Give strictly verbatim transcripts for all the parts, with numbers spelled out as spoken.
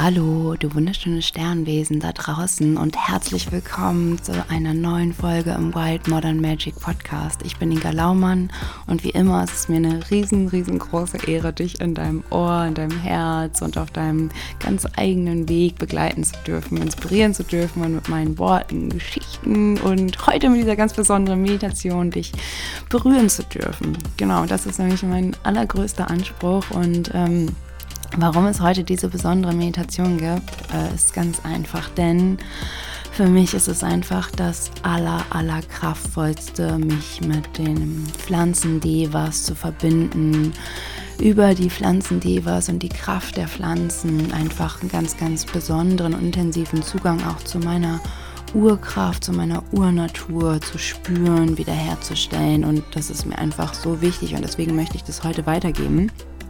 Hallo, du wunderschöne Sternwesen da draußen und herzlich willkommen zu einer neuen Folge im Wild Modern Magic Podcast. Ich bin Inga Laumann und wie immer ist es mir eine riesen, riesengroße Ehre, dich in deinem Ohr, in deinem Herz und auf deinem ganz eigenen Weg begleiten zu dürfen, inspirieren zu dürfen und mit meinen Worten, Geschichten und heute mit dieser ganz besonderen Meditation dich berühren zu dürfen. Genau, das ist nämlich mein allergrößter Anspruch und ähm, warum es heute diese besondere Meditation gibt, äh, ist ganz einfach, denn für mich ist es einfach das aller, aller kraftvollste, mich mit den Pflanzen-Devas zu verbinden, über die Pflanzen-Devas und die Kraft der Pflanzen einfach einen ganz, ganz besonderen, intensiven Zugang auch zu meiner Urkraft, zu meiner Urnatur zu spüren, wiederherzustellen, und das ist mir einfach so wichtig und deswegen möchte ich das heute weitergeben.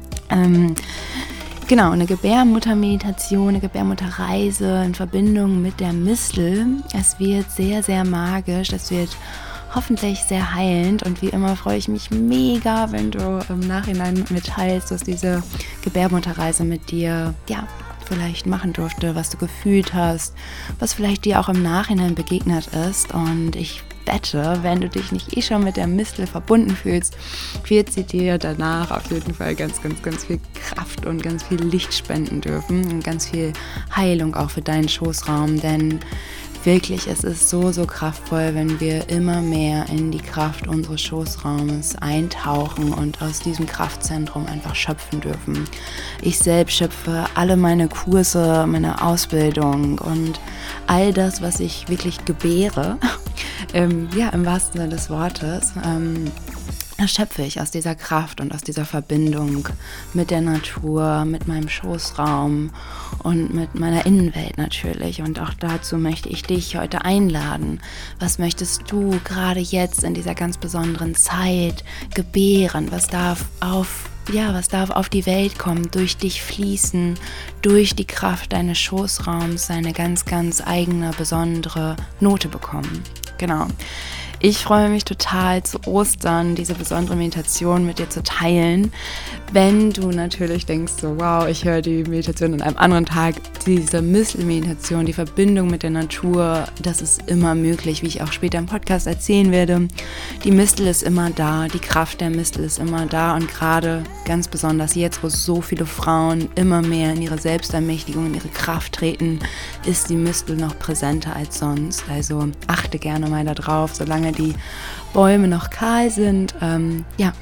Ähm, Genau, eine Gebärmuttermeditation, eine Gebärmutterreise in Verbindung mit der Mistel. Es wird sehr, sehr magisch, es wird hoffentlich sehr heilend und wie immer freue ich mich mega, wenn du im Nachhinein mitteilst, was diese Gebärmutterreise mit dir, ja, vielleicht machen durfte, was du gefühlt hast, was vielleicht dir auch im Nachhinein begegnet ist. Und ich wette, wenn du dich nicht eh schon mit der Mistel verbunden fühlst, wird sie dir danach auf jeden Fall ganz, ganz, ganz viel Kraft und ganz viel Licht spenden dürfen und ganz viel Heilung auch für deinen Schoßraum, denn wirklich, es ist so, so kraftvoll, wenn wir immer mehr in die Kraft unseres Schoßraumes eintauchen und aus diesem Kraftzentrum einfach schöpfen dürfen. Ich selbst schöpfe alle meine Kurse, meine Ausbildung und all das, was ich wirklich gebäre, ähm, ja, im wahrsten Sinne des Wortes, ähm, das schöpfe ich aus dieser Kraft und aus dieser Verbindung mit der Natur, mit meinem Schoßraum und mit meiner Innenwelt natürlich. Und auch dazu möchte ich dich heute einladen. Was möchtest du gerade jetzt in dieser ganz besonderen Zeit gebären? Was darf auf, ja, was darf auf die Welt kommen, durch dich fließen, durch die Kraft deines Schoßraums seine ganz, ganz eigene, besondere Note bekommen? Genau. Ich freue mich total, zu Ostern diese besondere Meditation mit dir zu teilen. Wenn du natürlich denkst, so wow, ich höre die Meditation an einem anderen Tag, diese Mistel-Meditation, die Verbindung mit der Natur, das ist immer möglich, wie ich auch später im Podcast erzählen werde. Die Mistel ist immer da, die Kraft der Mistel ist immer da und gerade ganz besonders jetzt, wo so viele Frauen immer mehr in ihre Selbstermächtigung, in ihre Kraft treten, ist die Mistel noch präsenter als sonst. Also achte gerne mal darauf, solange die Bäume noch kahl sind, ähm, ja,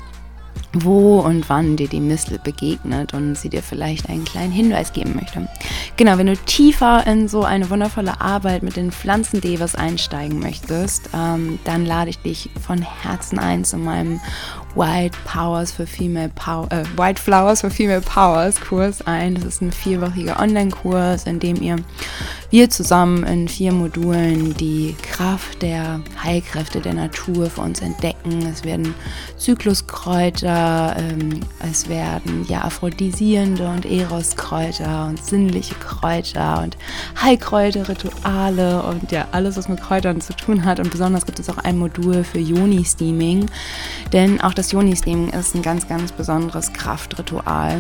wo und wann dir die Mistel begegnet und sie dir vielleicht einen kleinen Hinweis geben möchte. Genau, wenn du tiefer in so eine wundervolle Arbeit mit den Pflanzen-Devas einsteigen möchtest, ähm, dann lade ich dich von Herzen ein zu meinem Wild Powers for Female Power, äh, Wild Flowers for Female Powers Kurs ein. Das ist ein vierwöchiger Online-Kurs, in dem ihr wir zusammen in vier Modulen die Kraft der Heilkräfte der Natur für uns entdecken. Es werden Zykluskräuter, ähm, es werden ja aphrodisierende und Eroskräuter und sinnliche Kräuter und Heilkräuter, Rituale und ja, alles, was mit Kräutern zu tun hat. Und besonders gibt es auch ein Modul für Yoni-Steaming, denn auch das Yoni-Steaming ist ein ganz, ganz besonderes Kraftritual.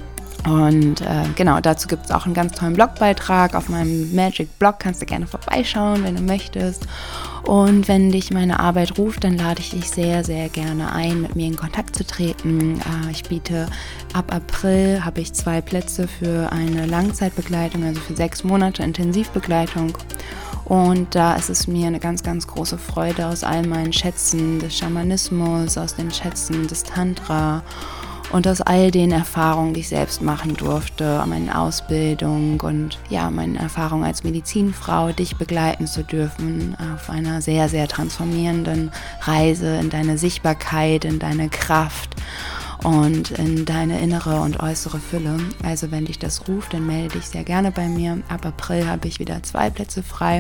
Und äh, genau, dazu gibt es auch einen ganz tollen Blogbeitrag auf meinem Magic-Blog, kannst du gerne vorbeischauen, wenn du möchtest. Und wenn dich meine Arbeit ruft, dann lade ich dich sehr, sehr gerne ein, mit mir in Kontakt zu treten. Äh, ich biete ab April, habe ich zwei Plätze für eine Langzeitbegleitung, also für sechs Monate Intensivbegleitung. Und da ist es mir eine ganz, ganz große Freude, aus all meinen Schätzen des Schamanismus, aus den Schätzen des Tantra und aus all den Erfahrungen, die ich selbst machen durfte, meine Ausbildung und ja, meine Erfahrung als Medizinfrau, dich begleiten zu dürfen auf einer sehr, sehr transformierenden Reise in deine Sichtbarkeit, in deine Kraft und in deine innere und äußere Fülle. Also wenn dich das ruft, dann melde dich sehr gerne bei mir. Ab April habe ich wieder zwei Plätze frei.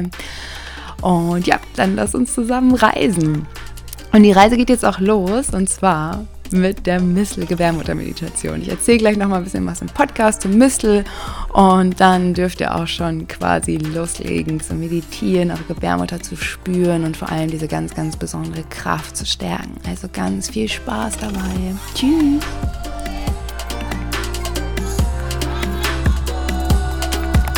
Und ja, dann lass uns zusammen reisen. Und die Reise geht jetzt auch los, und zwar mit der Mistel-Gebärmuttermeditation. Ich erzähle gleich noch mal ein bisschen was im Podcast zum Mistel und dann dürft ihr auch schon quasi loslegen zu meditieren, eure Gebärmutter zu spüren und vor allem diese ganz, ganz besondere Kraft zu stärken. Also ganz viel Spaß dabei. Tschüss!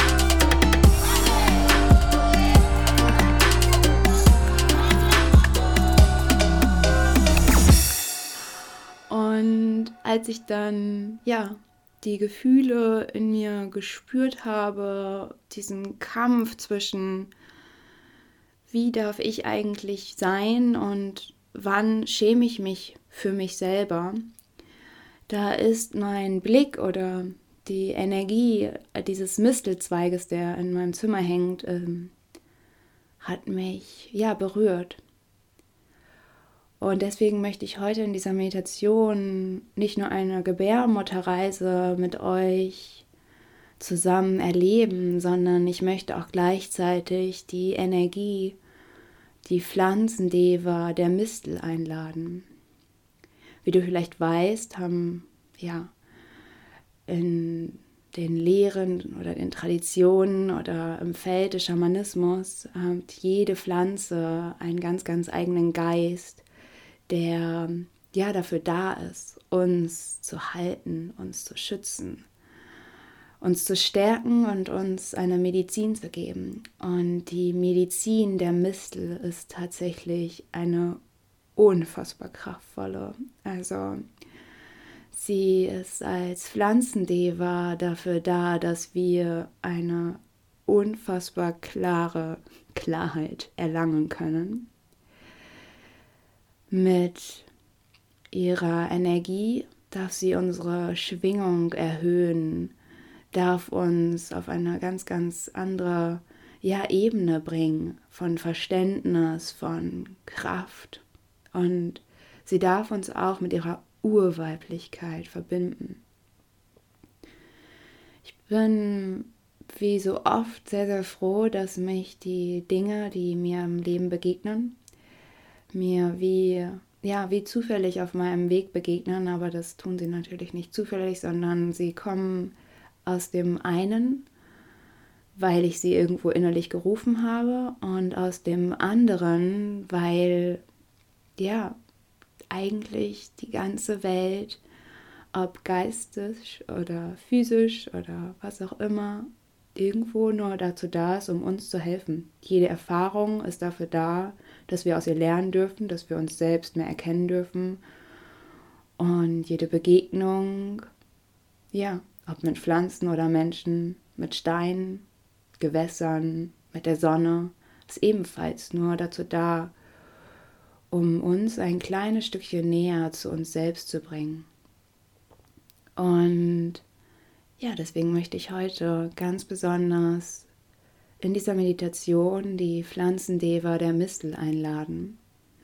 als ich dann, ja, die Gefühle in mir gespürt habe, diesen Kampf zwischen, wie darf ich eigentlich sein und wann schäme ich mich für mich selber, da ist mein Blick oder die Energie dieses Mistelzweiges, der in meinem Zimmer hängt, ähm, hat mich, ja, berührt. Und deswegen möchte ich heute in dieser Meditation nicht nur eine Gebärmutterreise mit euch zusammen erleben, sondern ich möchte auch gleichzeitig die Energie, die Pflanzendeva der Mistel einladen. Wie du vielleicht weißt, haben ja in den Lehren oder den Traditionen oder im Feld des Schamanismus hat jede Pflanze einen ganz, ganz eigenen Geist, der ja dafür da ist, uns zu halten, uns zu schützen, uns zu stärken und uns eine Medizin zu geben. Und die Medizin der Mistel ist tatsächlich eine unfassbar kraftvolle. Also sie ist als Pflanzendeva dafür da, dass wir eine unfassbar klare Klarheit erlangen können. Mit ihrer Energie darf sie unsere Schwingung erhöhen, darf uns auf eine ganz, ganz andere ja, Ebene bringen von Verständnis, von Kraft. Und sie darf uns auch mit ihrer Urweiblichkeit verbinden. Ich bin wie so oft sehr, sehr froh, dass mich die Dinge, die mir im Leben begegnen, mir wie, ja, wie zufällig auf meinem Weg begegnen, aber das tun sie natürlich nicht zufällig, sondern sie kommen aus dem einen, weil ich sie irgendwo innerlich gerufen habe, und aus dem anderen, weil, ja, eigentlich die ganze Welt, ob geistig oder physisch oder was auch immer, irgendwo nur dazu da ist, um uns zu helfen. Jede Erfahrung ist dafür da, dass wir aus ihr lernen dürfen, dass wir uns selbst mehr erkennen dürfen. Und jede Begegnung, ja, ob mit Pflanzen oder Menschen, mit Steinen, Gewässern, mit der Sonne, ist ebenfalls nur dazu da, um uns ein kleines Stückchen näher zu uns selbst zu bringen. Und ja, deswegen möchte ich heute ganz besonders in dieser Meditation die Pflanzendeva der Mistel einladen.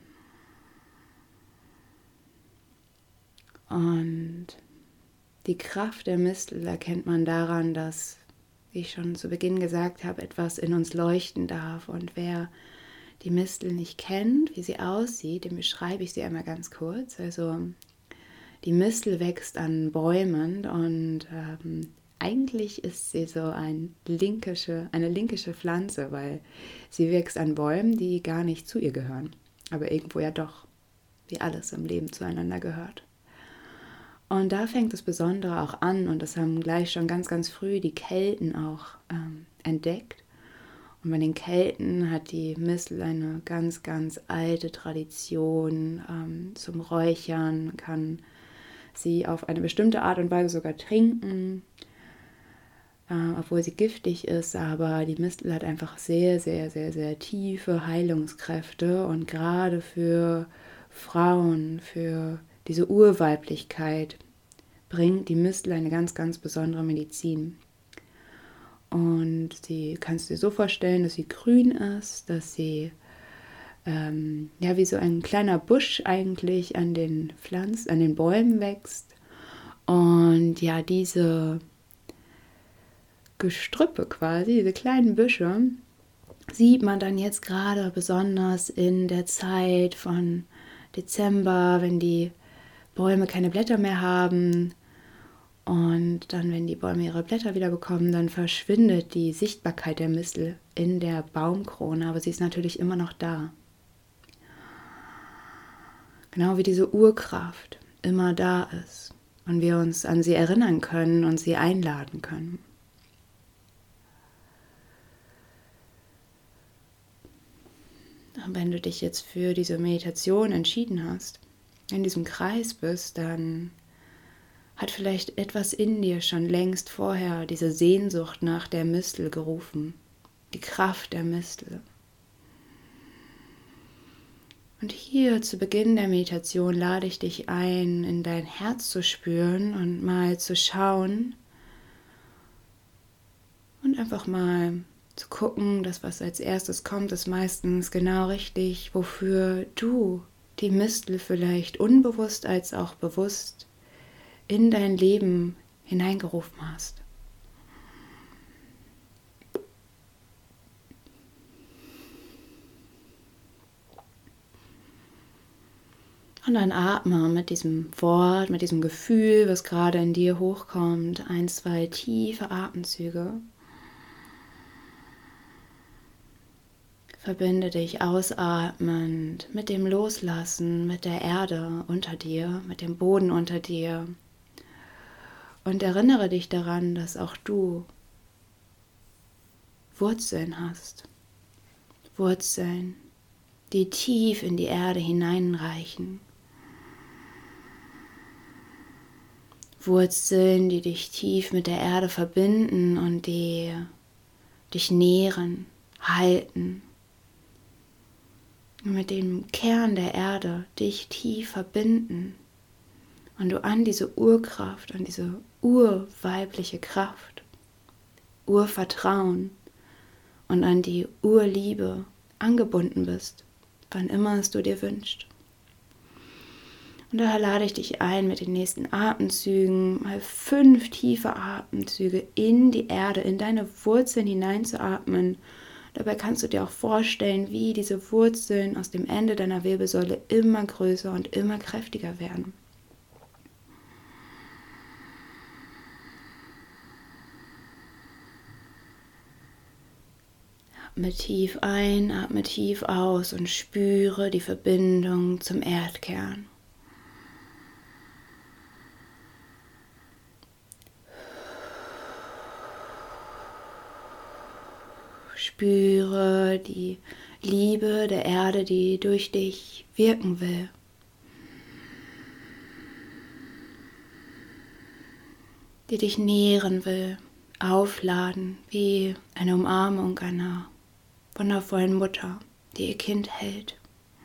Und die Kraft der Mistel erkennt man daran, dass, wie ich schon zu Beginn gesagt habe, etwas in uns leuchten darf. Und wer die Mistel nicht kennt, wie sie aussieht, dem beschreibe ich sie einmal ganz kurz. Also die Mistel wächst an Bäumen und ähm, eigentlich ist sie so ein linkische, eine linkische Pflanze, weil sie wächst an Bäumen, die gar nicht zu ihr gehören, aber irgendwo ja doch, wie alles im Leben zueinander gehört. Und da fängt das Besondere auch an, und das haben gleich schon ganz, ganz früh die Kelten auch ähm, entdeckt. Und bei den Kelten hat die Mistel eine ganz, ganz alte Tradition ähm, zum Räuchern. Man kann sie auf eine bestimmte Art und Weise sogar trinken, äh, obwohl sie giftig ist. Aber die Mistel hat einfach sehr, sehr, sehr, sehr tiefe Heilungskräfte. Und gerade für Frauen, für diese Urweiblichkeit, bringt die Mistel eine ganz, ganz besondere Medizin. Und sie kannst du dir so vorstellen, dass sie grün ist, dass sie ähm, ja wie so ein kleiner Busch eigentlich an den Pflanzen, an den Bäumen wächst. Und ja, diese Gestrüppe quasi, diese kleinen Büsche, sieht man dann jetzt gerade besonders in der Zeit von Dezember, wenn die Bäume keine Blätter mehr haben. Und dann, wenn die Bäume ihre Blätter wieder bekommen, dann verschwindet die Sichtbarkeit der Mistel in der Baumkrone, aber sie ist natürlich immer noch da. Genau wie diese Urkraft immer da ist und wir uns an sie erinnern können und sie einladen können. Und wenn du dich jetzt für diese Meditation entschieden hast, in diesem Kreis bist, dann hat vielleicht etwas in dir schon längst vorher diese Sehnsucht nach der Mistel gerufen, die Kraft der Mistel. Und hier zu Beginn der Meditation lade ich dich ein, in dein Herz zu spüren und mal zu schauen und einfach mal zu gucken, das, was als erstes kommt, ist meistens genau richtig, wofür du die Mistel vielleicht unbewusst als auch bewusst in dein Leben hineingerufen hast. Und dann atme mit diesem Wort, mit diesem Gefühl, was gerade in dir hochkommt, ein, zwei tiefe Atemzüge. Verbinde dich ausatmend mit dem Loslassen, mit der Erde unter dir, mit dem Boden unter dir. Und erinnere dich daran, dass auch du Wurzeln hast. Wurzeln, die tief in die Erde hineinreichen. Wurzeln, die dich tief mit der Erde verbinden und die dich nähren, halten. Und mit dem Kern der Erde dich tief verbinden. Und du an diese Urkraft, an diese urweibliche Kraft, Urvertrauen und an die Urliebe angebunden bist, wann immer es du dir wünschst. Und daher lade ich dich ein, mit den nächsten Atemzügen mal fünf tiefe Atemzüge in die Erde, in deine Wurzeln hineinzuatmen. Dabei kannst du dir auch vorstellen, wie diese Wurzeln aus dem Ende deiner Wirbelsäule immer größer und immer kräftiger werden. Atme tief ein, atme tief aus und spüre die Verbindung zum Erdkern. Spüre die Liebe der Erde, die durch dich wirken will. Die dich nähren will, aufladen, wie eine Umarmung einer wundervollen Mutter, die ihr Kind hält.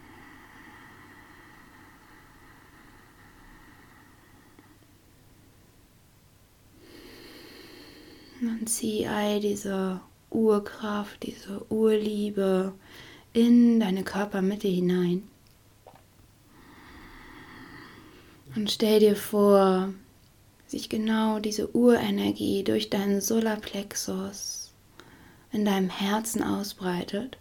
Und zieh all diese Urkraft, diese Urliebe in deine Körpermitte hinein. Und stell dir vor, sich genau diese Urenergie durch deinen Solarplexus in deinem Herzen ausbreitet.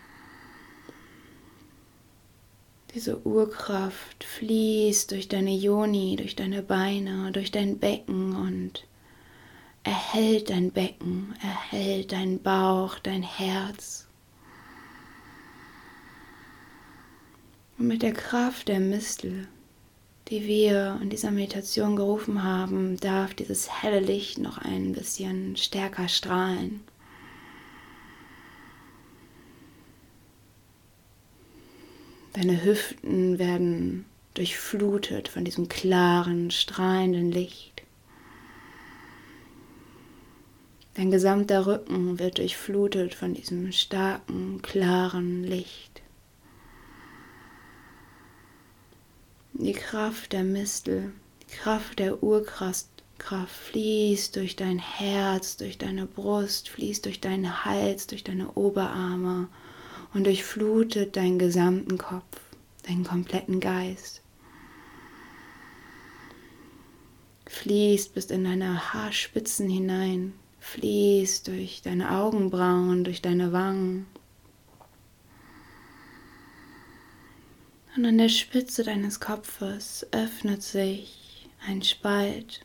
Diese Urkraft fließt durch deine Yoni, durch deine Beine, durch dein Becken und erhält dein Becken, erhält deinen Bauch, dein Herz. Und mit der Kraft der Mistel, die wir in dieser Meditation gerufen haben, darf dieses helle Licht noch ein bisschen stärker strahlen. Deine Hüften werden durchflutet von diesem klaren, strahlenden Licht. Dein gesamter Rücken wird durchflutet von diesem starken, klaren Licht. Die Kraft der Mistel, die Kraft der Urkraft fließt durch dein Herz, durch deine Brust, fließt durch deinen Hals, durch deine Oberarme und durchflutet deinen gesamten Kopf, deinen kompletten Geist. Fließt bis in deine Haarspitzen hinein. Fließt durch deine Augenbrauen, durch deine Wangen. Und an der Spitze deines Kopfes öffnet sich ein Spalt.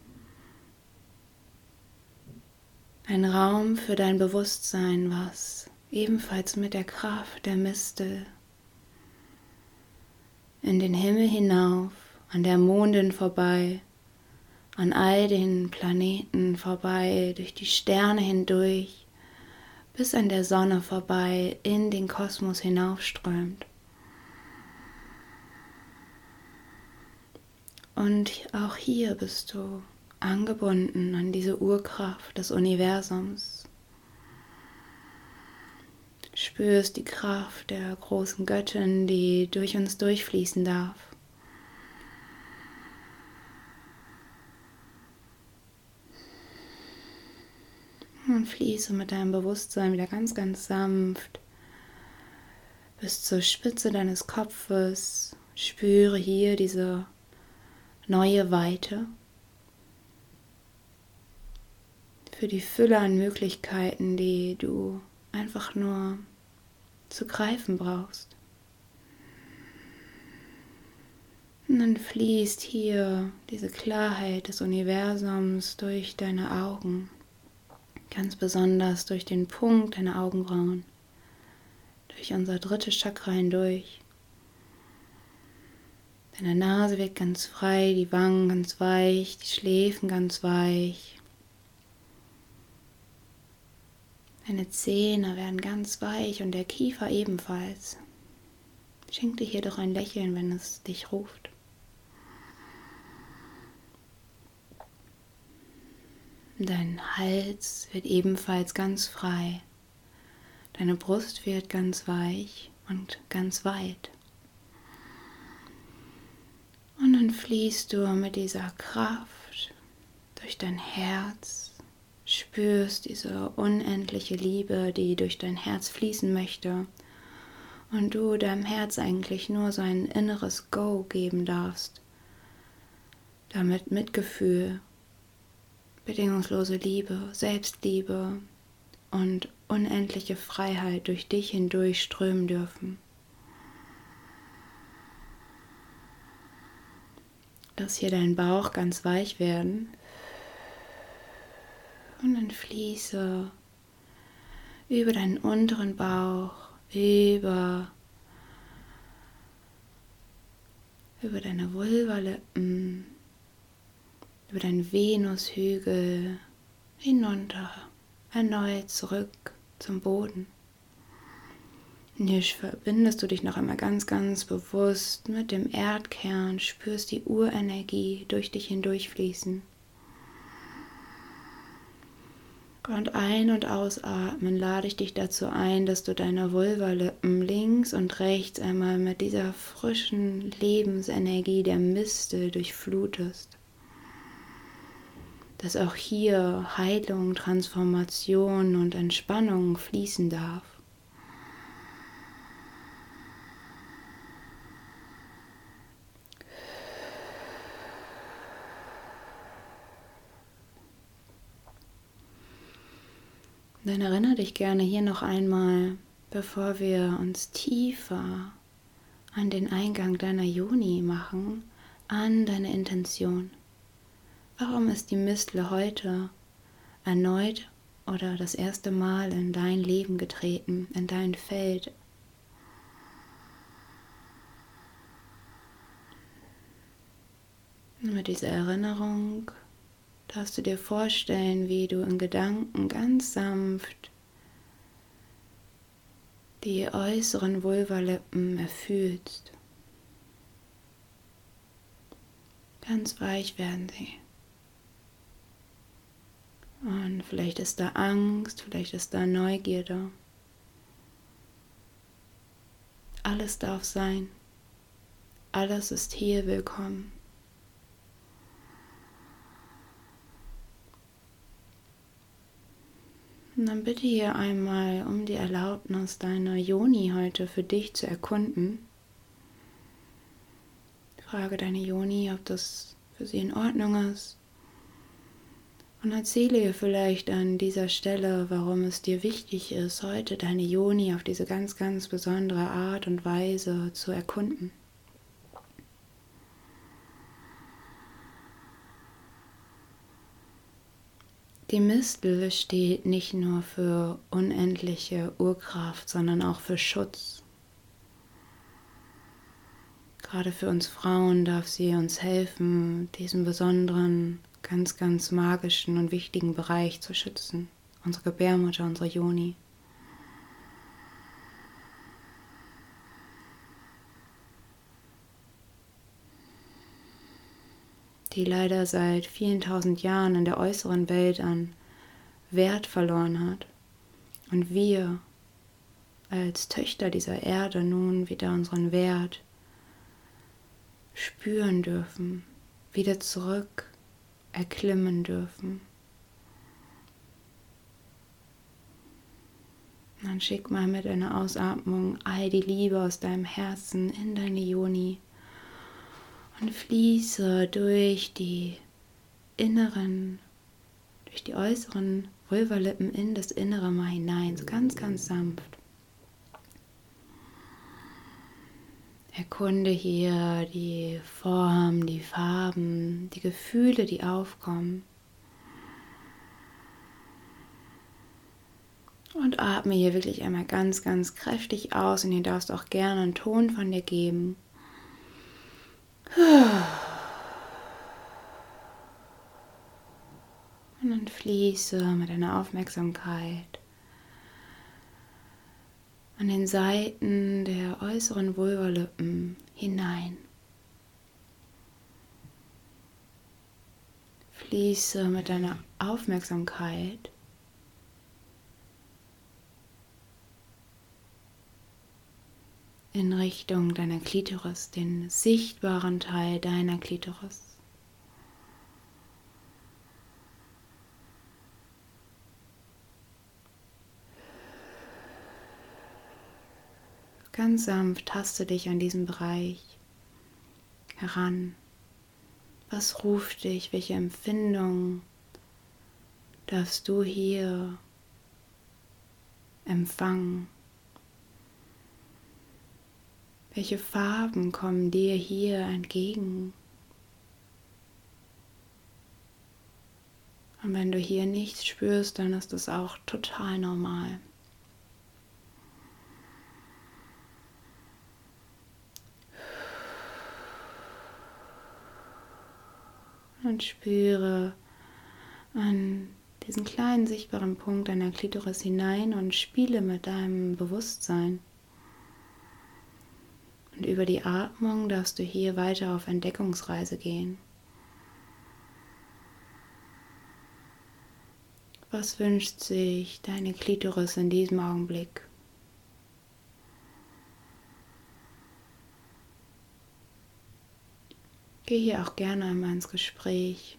Ein Raum für dein Bewusstsein, was ebenfalls mit der Kraft der Mistel in den Himmel hinauf, an der Mondin vorbei, an all den Planeten vorbei, durch die Sterne hindurch, bis an der Sonne vorbei, in den Kosmos hinaufströmt. Und auch hier bist du angebunden an diese Urkraft des Universums. Spürst die Kraft der großen Göttin, die durch uns durchfließen darf. Und fließe mit deinem Bewusstsein wieder ganz, ganz sanft bis zur Spitze deines Kopfes. Spüre hier diese neue Weite für die Fülle an Möglichkeiten, die du einfach nur zu greifen brauchst. Und dann fließt hier diese Klarheit des Universums durch deine Augen, ganz besonders durch den Punkt deiner Augenbrauen, durch unser drittes Chakra hindurch. Deine Nase wird ganz frei, die Wangen ganz weich, die Schläfen ganz weich. Deine Zähne werden ganz weich und der Kiefer ebenfalls. Schenk dir hier doch ein Lächeln, wenn es dich ruft. Dein Hals wird ebenfalls ganz frei. Deine Brust wird ganz weich und ganz weit. Und dann fließt du mit dieser Kraft durch dein Herz, spürst diese unendliche Liebe, die durch dein Herz fließen möchte und du deinem Herz eigentlich nur so ein inneres Go geben darfst, damit Mitgefühl, bedingungslose Liebe, Selbstliebe und unendliche Freiheit durch dich hindurch strömen dürfen. Lass hier deinen Bauch ganz weich werden und dann fließe über deinen unteren Bauch, über, über deine Vulvalippen, über deinen Venushügel hinunter, erneut zurück zum Boden. Und hier verbindest du dich noch einmal ganz, ganz bewusst mit dem Erdkern, spürst die Urenergie durch dich hindurchfließen. Und ein- und ausatmen lade ich dich dazu ein, dass du deine Vulvalippen links und rechts einmal mit dieser frischen Lebensenergie der Mistel durchflutest. Dass auch hier Heilung, Transformation und Entspannung fließen darf. Dann erinnere dich gerne hier noch einmal, bevor wir uns tiefer an den Eingang deiner Yoni machen, an deine Intention. Warum ist die Mistel heute erneut oder das erste Mal in dein Leben getreten, in dein Feld? Und mit dieser Erinnerung darfst du dir vorstellen, wie du in Gedanken ganz sanft die äußeren Vulvalippen erfühlst. Ganz weich werden sie. Und vielleicht ist da Angst, vielleicht ist da Neugierde. Alles darf sein. Alles ist hier willkommen. Und dann bitte hier einmal um die Erlaubnis, deine Yoni heute für dich zu erkunden. Frage deine Yoni, ob das für sie in Ordnung ist. Und erzähle ihr vielleicht an dieser Stelle, warum es dir wichtig ist, heute deine Yoni auf diese ganz, ganz besondere Art und Weise zu erkunden. Die Mistel steht nicht nur für unendliche Urkraft, sondern auch für Schutz. Gerade für uns Frauen darf sie uns helfen, diesen besonderen, ganz, ganz magischen und wichtigen Bereich zu schützen. Unsere Gebärmutter, unsere Yoni. die leider seit vielen tausend Jahren in der äußeren Welt an Wert verloren hat. Und wir als Töchter dieser Erde nun wieder unseren Wert spüren dürfen, wieder zurück erklimmen dürfen. Dann schick mal mit einer Ausatmung all die Liebe aus deinem Herzen in deine Yoni und fließe durch die inneren, durch die äußeren Vulvalippen in das Innere mal hinein, so ganz, ganz sanft. Erkunde hier die Formen, die Farben, die Gefühle, die aufkommen. Und atme hier wirklich einmal ganz, ganz kräftig aus und hier darfst du auch gerne einen Ton von dir geben. Und dann fließe mit deiner Aufmerksamkeit an den Seiten der äußeren Vulvalippen hinein. Fließe mit deiner Aufmerksamkeit in Richtung deiner Klitoris, den sichtbaren Teil deiner Klitoris. Ganz sanft taste dich an diesem Bereich heran. Was ruft dich? Welche Empfindung darfst du hier empfangen? Welche Farben kommen dir hier entgegen? Und wenn du hier nichts spürst, dann ist das auch total normal. Und spüre an diesen kleinen sichtbaren Punkt deiner Klitoris hinein und spiele mit deinem Bewusstsein. Und über die Atmung darfst du hier weiter auf Entdeckungsreise gehen. Was wünscht sich deine Klitoris in diesem Augenblick? Geh hier auch gerne einmal ins Gespräch.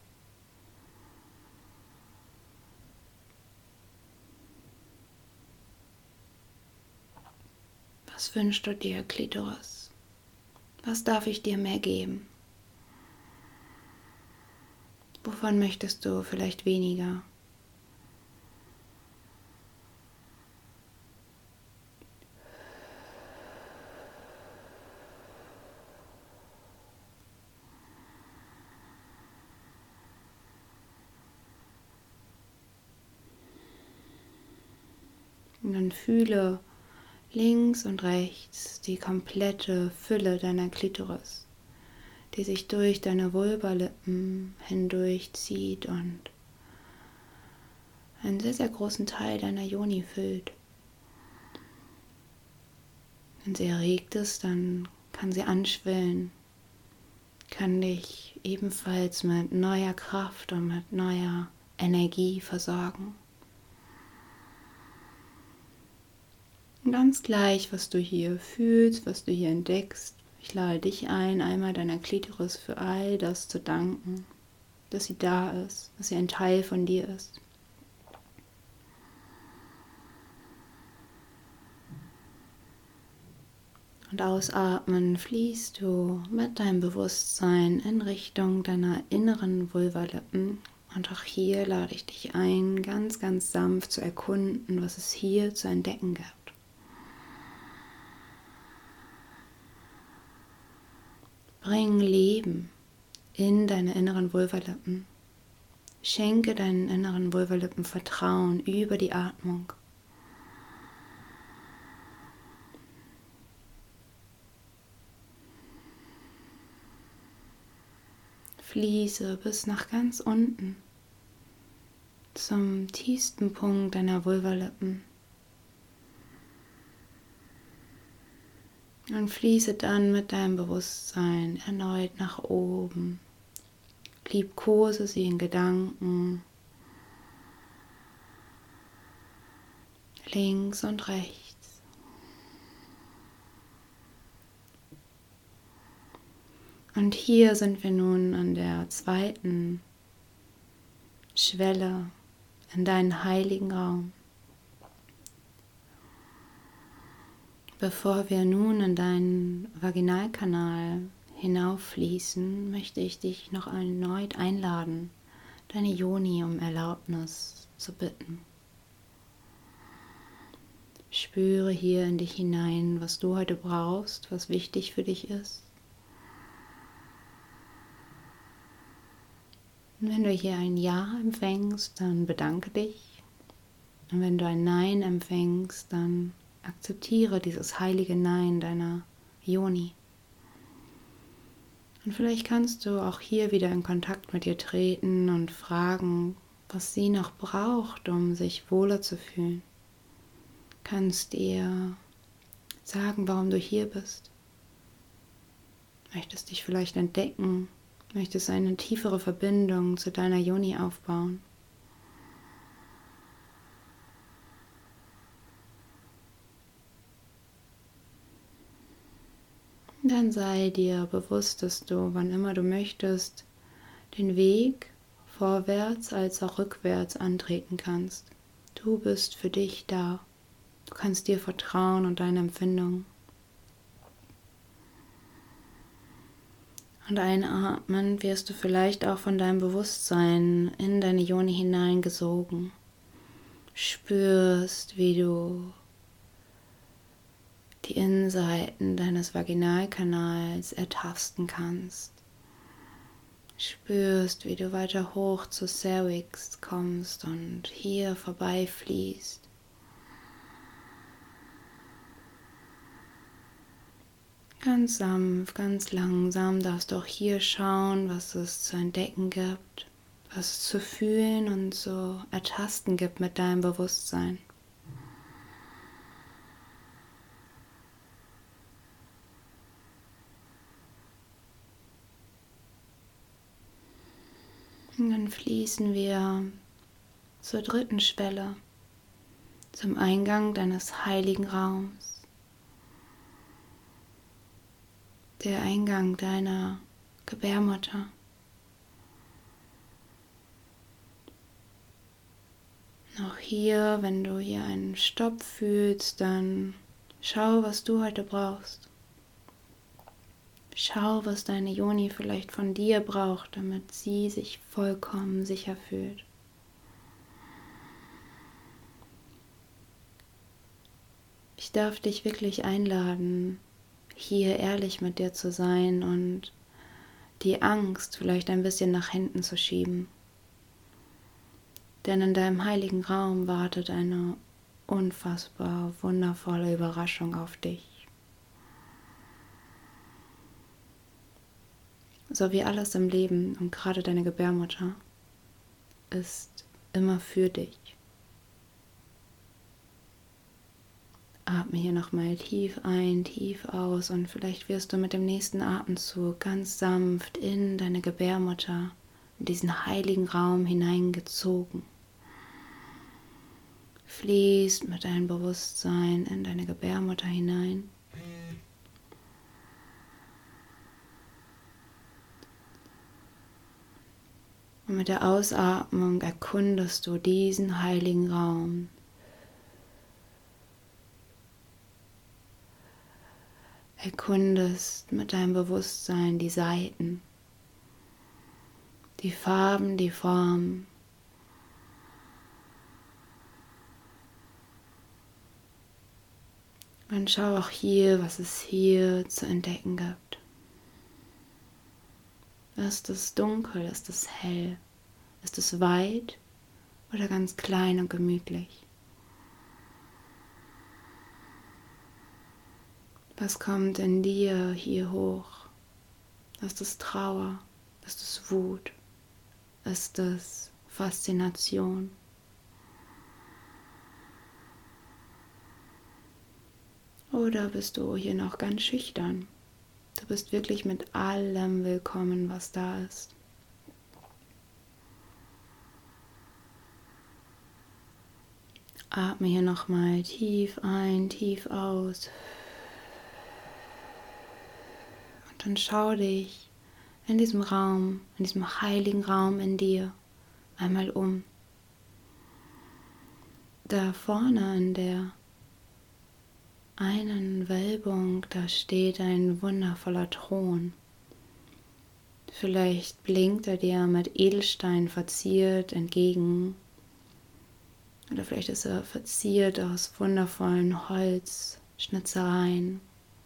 Was wünschst du dir, Klitoris? Was darf ich dir mehr geben? Wovon möchtest du vielleicht weniger? Und dann fühle links und rechts die komplette Fülle deiner Klitoris, die sich durch deine Vulvalippen hindurchzieht und einen sehr, sehr großen Teil deiner Yoni füllt. Wenn sie erregt ist, dann kann sie anschwellen, kann dich ebenfalls mit neuer Kraft und mit neuer Energie versorgen. Und ganz gleich, was du hier fühlst, was du hier entdeckst, ich lade dich ein, einmal deiner Klitoris für all das zu danken, dass sie da ist, dass sie ein Teil von dir ist. Und ausatmen fließt du mit deinem Bewusstsein in Richtung deiner inneren Vulvalippen. Und auch hier lade ich dich ein, ganz, ganz sanft zu erkunden, was es hier zu entdecken gibt. Bring Leben in deine inneren Vulvalippen. Schenke deinen inneren Vulvalippen Vertrauen über die Atmung. Fließe bis nach ganz unten, zum tiefsten Punkt deiner Vulvalippen. Und fließe dann mit deinem Bewusstsein erneut nach oben, Liebkose sie in Gedanken, links und rechts. Und hier sind wir nun an der zweiten Schwelle in deinen heiligen Raum. Bevor wir nun in deinen Vaginalkanal hinauffließen, möchte ich dich noch erneut einladen, deine Yoni um Erlaubnis zu bitten. Spüre hier in dich hinein, was du heute brauchst, was wichtig für dich ist. Und wenn du hier ein Ja empfängst, dann bedanke dich. Und wenn du ein Nein empfängst, dann akzeptiere dieses heilige Nein deiner Yoni. Und vielleicht kannst du auch hier wieder in Kontakt mit ihr treten und fragen, was sie noch braucht, um sich wohler zu fühlen. Kannst ihr sagen, warum du hier bist. Möchtest dich vielleicht entdecken, möchtest eine tiefere Verbindung zu deiner Yoni aufbauen. Dann sei dir bewusst, dass du, wann immer du möchtest, den Weg vorwärts als auch rückwärts antreten kannst. Du bist für dich da. Du kannst dir vertrauen und deine Empfindungen. Und einatmen wirst du vielleicht auch von deinem Bewusstsein in deine Yoni hineingesogen. Spürst, wie du die Innenseiten deines Vaginalkanals ertasten kannst. Spürst, wie du weiter hoch zur Cervix kommst und hier vorbeifließt. Ganz sanft, ganz langsam darfst du auch hier schauen, was es zu entdecken gibt, was es zu fühlen und zu ertasten gibt mit deinem Bewusstsein. Und dann fließen wir zur dritten Schwelle, zum Eingang deines heiligen Raums. Der Eingang deiner Gebärmutter. Auch hier, wenn du hier einen Stopp fühlst, dann schau, was du heute brauchst. Schau, was deine Yoni vielleicht von dir braucht, damit sie sich vollkommen sicher fühlt. Ich darf dich wirklich einladen, hier ehrlich mit dir zu sein und die Angst vielleicht ein bisschen nach hinten zu schieben. Denn in deinem heiligen Raum wartet eine unfassbar wundervolle Überraschung auf dich. So wie alles im Leben und gerade deine Gebärmutter ist immer für dich. Atme hier nochmal tief ein, tief aus und vielleicht wirst du mit dem nächsten Atemzug ganz sanft in deine Gebärmutter, in diesen heiligen Raum hineingezogen. Fließt mit deinem Bewusstsein in deine Gebärmutter hinein. Und mit der Ausatmung erkundest du diesen heiligen Raum. Erkundest mit deinem Bewusstsein die Seiten, die Farben, die Formen. Und schau auch hier, was es hier zu entdecken gibt. Ist es dunkel, ist es hell, ist es weit oder ganz klein und gemütlich? Was kommt in dir hier hoch? Ist es Trauer? Ist es Wut? Ist es Faszination? Oder bist du hier noch ganz schüchtern? Du bist wirklich mit allem willkommen, was da ist. Atme hier nochmal tief ein, tief aus. Und dann schau dich in diesem Raum, in diesem heiligen Raum in dir einmal um. Da vorne in der einen Wölbung, da steht ein wundervoller Thron. Vielleicht blinkt er dir mit Edelstein verziert entgegen. Oder vielleicht ist er verziert aus wundervollen Holzschnitzereien.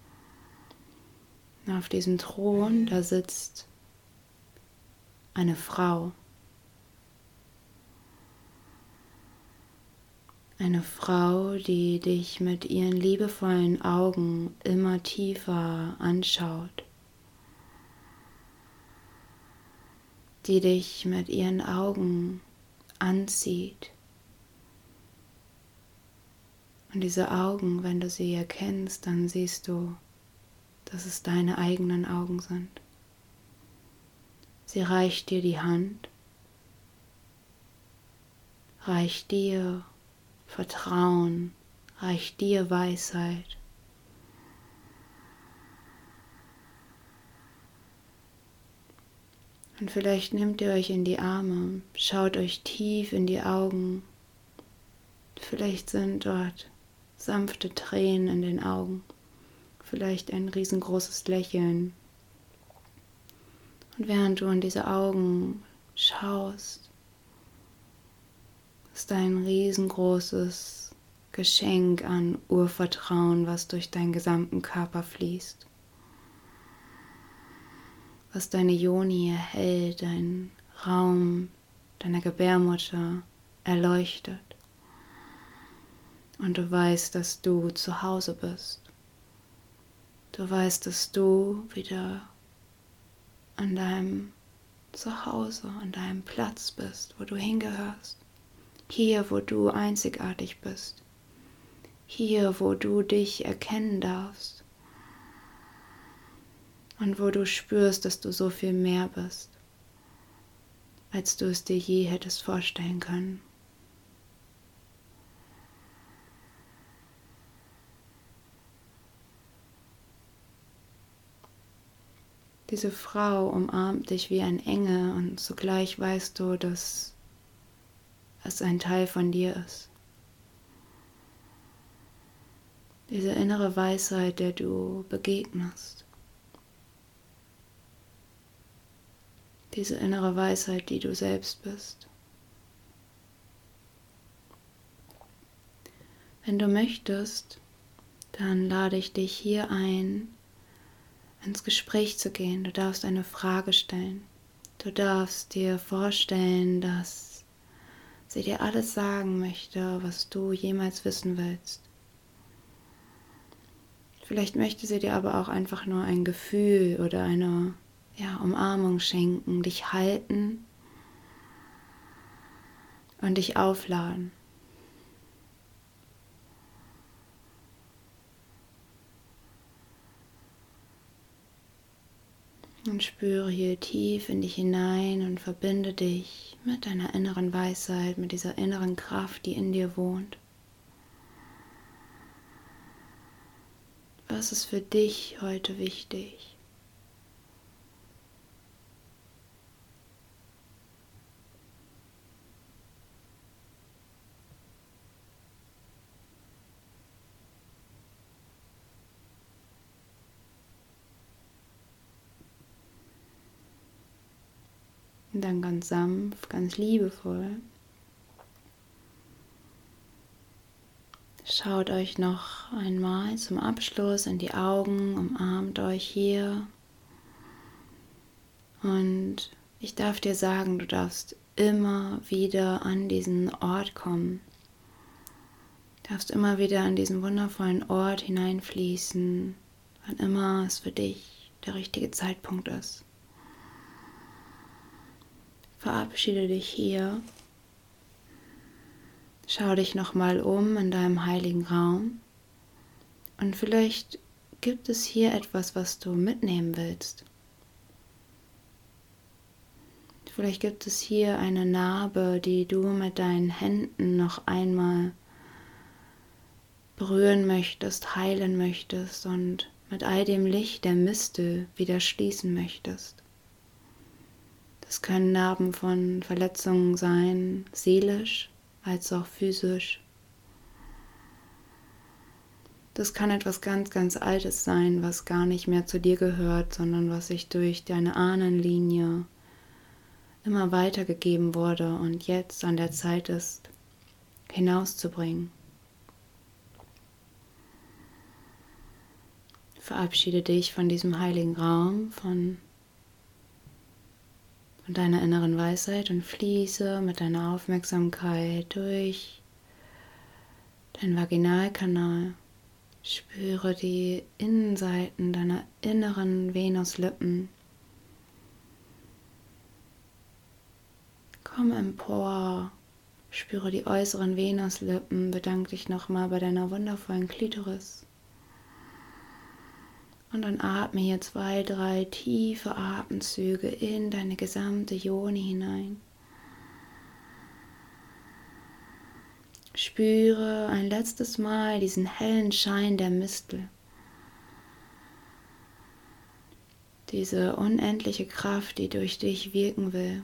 Auf diesem Thron, da sitzt eine Frau. Eine Frau, die dich mit ihren liebevollen Augen immer tiefer anschaut. Die dich mit ihren Augen anzieht. Und diese Augen, wenn du sie erkennst, dann siehst du, dass es deine eigenen Augen sind. Sie reicht dir die Hand, reicht dir Vertrauen, reicht dir Weisheit. Und vielleicht nehmt ihr euch in die Arme, schaut euch tief in die Augen. Vielleicht sind dort sanfte Tränen in den Augen, vielleicht ein riesengroßes Lächeln. Und während du in diese Augen schaust, ist ein riesengroßes Geschenk an Urvertrauen, was durch deinen gesamten Körper fließt. Was deine Yoni erhält, dein Raum deiner Gebärmutter erleuchtet. Und du weißt, dass du zu Hause bist. Du weißt, dass du wieder an deinem Zuhause, an deinem Platz bist, wo du hingehörst. Hier, wo du einzigartig bist. Hier, wo du dich erkennen darfst. Und wo du spürst, dass du so viel mehr bist, als du es dir je hättest vorstellen können. Diese Frau umarmt dich wie ein Engel und zugleich weißt du, dass es ein Teil von dir ist. Diese innere Weisheit, der du begegnest. Diese innere Weisheit, die du selbst bist. Wenn du möchtest, dann lade ich dich hier ein, ins Gespräch zu gehen. Du darfst eine Frage stellen. Du darfst dir vorstellen, dass sie dir alles sagen möchte, was du jemals wissen willst. Vielleicht möchte sie dir aber auch einfach nur ein Gefühl oder eine ja, Umarmung schenken, dich halten und dich aufladen. Und spüre hier tief in dich hinein und verbinde dich mit deiner inneren Weisheit, mit dieser inneren Kraft, die in dir wohnt. Was ist für dich heute wichtig? Und dann ganz sanft, ganz liebevoll. Schaut euch noch einmal zum Abschluss in die Augen, umarmt euch hier. Und ich darf dir sagen, du darfst immer wieder an diesen Ort kommen. Du darfst immer wieder an diesen wundervollen Ort hineinfließen, wann immer es für dich der richtige Zeitpunkt ist. Verabschiede dich hier. Schau dich nochmal um in deinem heiligen Raum. Und vielleicht gibt es hier etwas, was du mitnehmen willst. Vielleicht gibt es hier eine Narbe, die du mit deinen Händen noch einmal berühren möchtest, heilen möchtest und mit all dem Licht der Mistel wieder schließen möchtest. Das können Narben von Verletzungen sein, seelisch als auch physisch. Das kann etwas ganz, ganz Altes sein, was gar nicht mehr zu dir gehört, sondern was sich durch deine Ahnenlinie immer weitergegeben wurde und jetzt an der Zeit ist, hinauszubringen. Verabschiede dich von diesem heiligen Raum, von, von deiner inneren Weisheit und fließe mit deiner Aufmerksamkeit durch deinen Vaginalkanal. Spüre die Innenseiten deiner inneren Venuslippen. Komm empor, spüre die äußeren Venuslippen, bedanke dich nochmal bei deiner wundervollen Klitoris. Und dann atme hier zwei, drei tiefe Atemzüge in deine gesamte Yoni hinein. Spüre ein letztes Mal diesen hellen Schein der Mistel. Diese unendliche Kraft, die durch dich wirken will.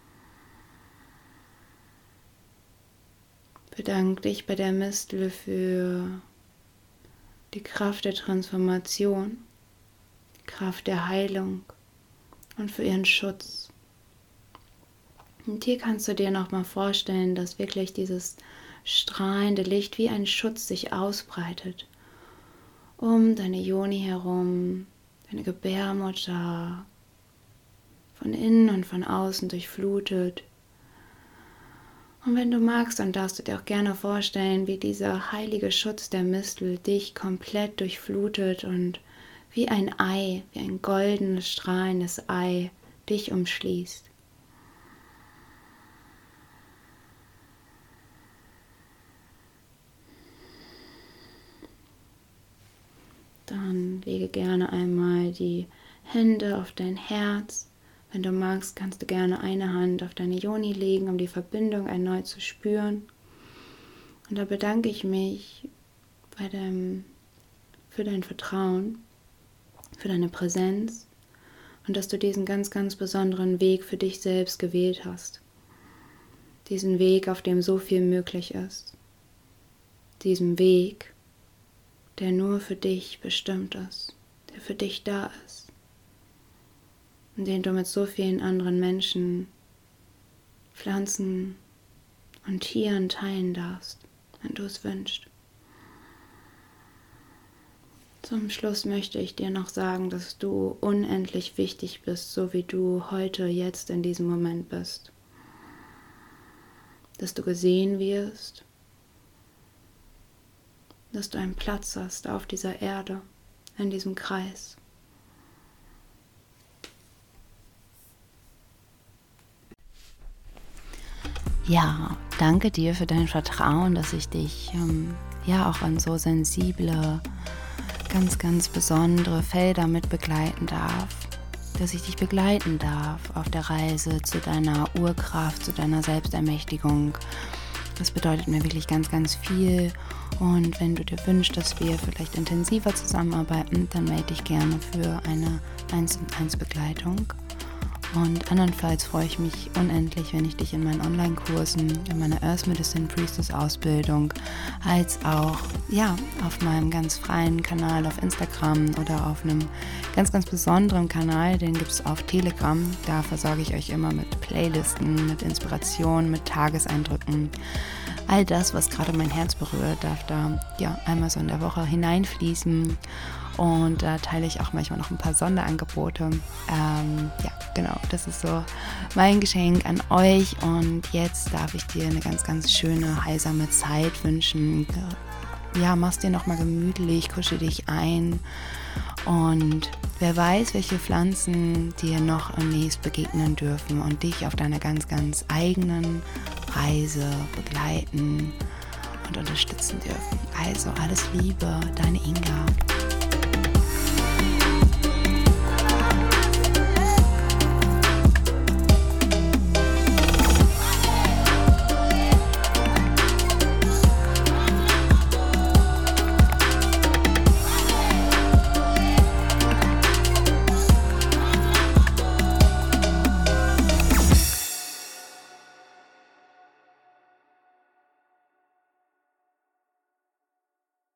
Bedanke dich bei der Mistel für die Kraft der Transformation, die Kraft der Heilung und für ihren Schutz. Und hier kannst du dir nochmal vorstellen, dass wirklich dieses strahlende Licht wie ein Schutz sich ausbreitet, um deine Yoni herum, deine Gebärmutter, von innen und von außen durchflutet. Und wenn du magst, dann darfst du dir auch gerne vorstellen, wie dieser heilige Schutz der Mistel dich komplett durchflutet und wie ein Ei, wie ein goldenes, strahlendes Ei dich umschließt. Dann lege gerne einmal die Hände auf dein Herz. Wenn du magst, kannst du gerne eine Hand auf deine Yoni legen, um die Verbindung erneut zu spüren. Und da bedanke ich mich bei dem, für dein Vertrauen, für deine Präsenz und dass du diesen ganz, ganz besonderen Weg für dich selbst gewählt hast. Diesen Weg, auf dem so viel möglich ist. Diesen Weg, der nur für dich bestimmt ist, der für dich da ist und den du mit so vielen anderen Menschen, Pflanzen und Tieren teilen darfst, wenn du es wünschst. Zum Schluss möchte ich dir noch sagen, dass du unendlich wichtig bist, so wie du heute, jetzt in diesem Moment bist. Dass du gesehen wirst, dass du einen Platz hast auf dieser Erde, in diesem Kreis. Ja, danke dir für dein Vertrauen, dass ich dich ähm, ja auch an so sensible, ganz, ganz besondere Felder mit begleiten darf. Dass ich dich begleiten darf auf der Reise zu deiner Urkraft, zu deiner Selbstermächtigung. Das bedeutet mir wirklich ganz, ganz viel. Und wenn du dir wünschst, dass wir vielleicht intensiver zusammenarbeiten, dann melde dich gerne für eine eins zu eins Begleitung. Und andernfalls freue ich mich unendlich, wenn ich dich in meinen Online-Kursen, in meiner Earth Medicine Priestess Ausbildung, als auch ja, auf meinem ganz freien Kanal auf Instagram oder auf einem ganz, ganz besonderen Kanal, den gibt es auf Telegram. Da versorge ich euch immer mit Playlisten, mit Inspiration, mit Tageseindrücken. All das, was gerade mein Herz berührt, darf da ja einmal so in der Woche hineinfließen. Und da teile ich auch manchmal noch ein paar Sonderangebote. Ähm, ja, genau, das ist so mein Geschenk an euch. Und jetzt darf ich dir eine ganz, ganz schöne, heilsame Zeit wünschen. Ja, mach's dir nochmal gemütlich, kuschel dich ein. Und wer weiß, welche Pflanzen dir noch demnächst begegnen dürfen und dich auf deiner ganz, ganz eigenen Reise begleiten und unterstützen dürfen. Also alles Liebe, deine Inga.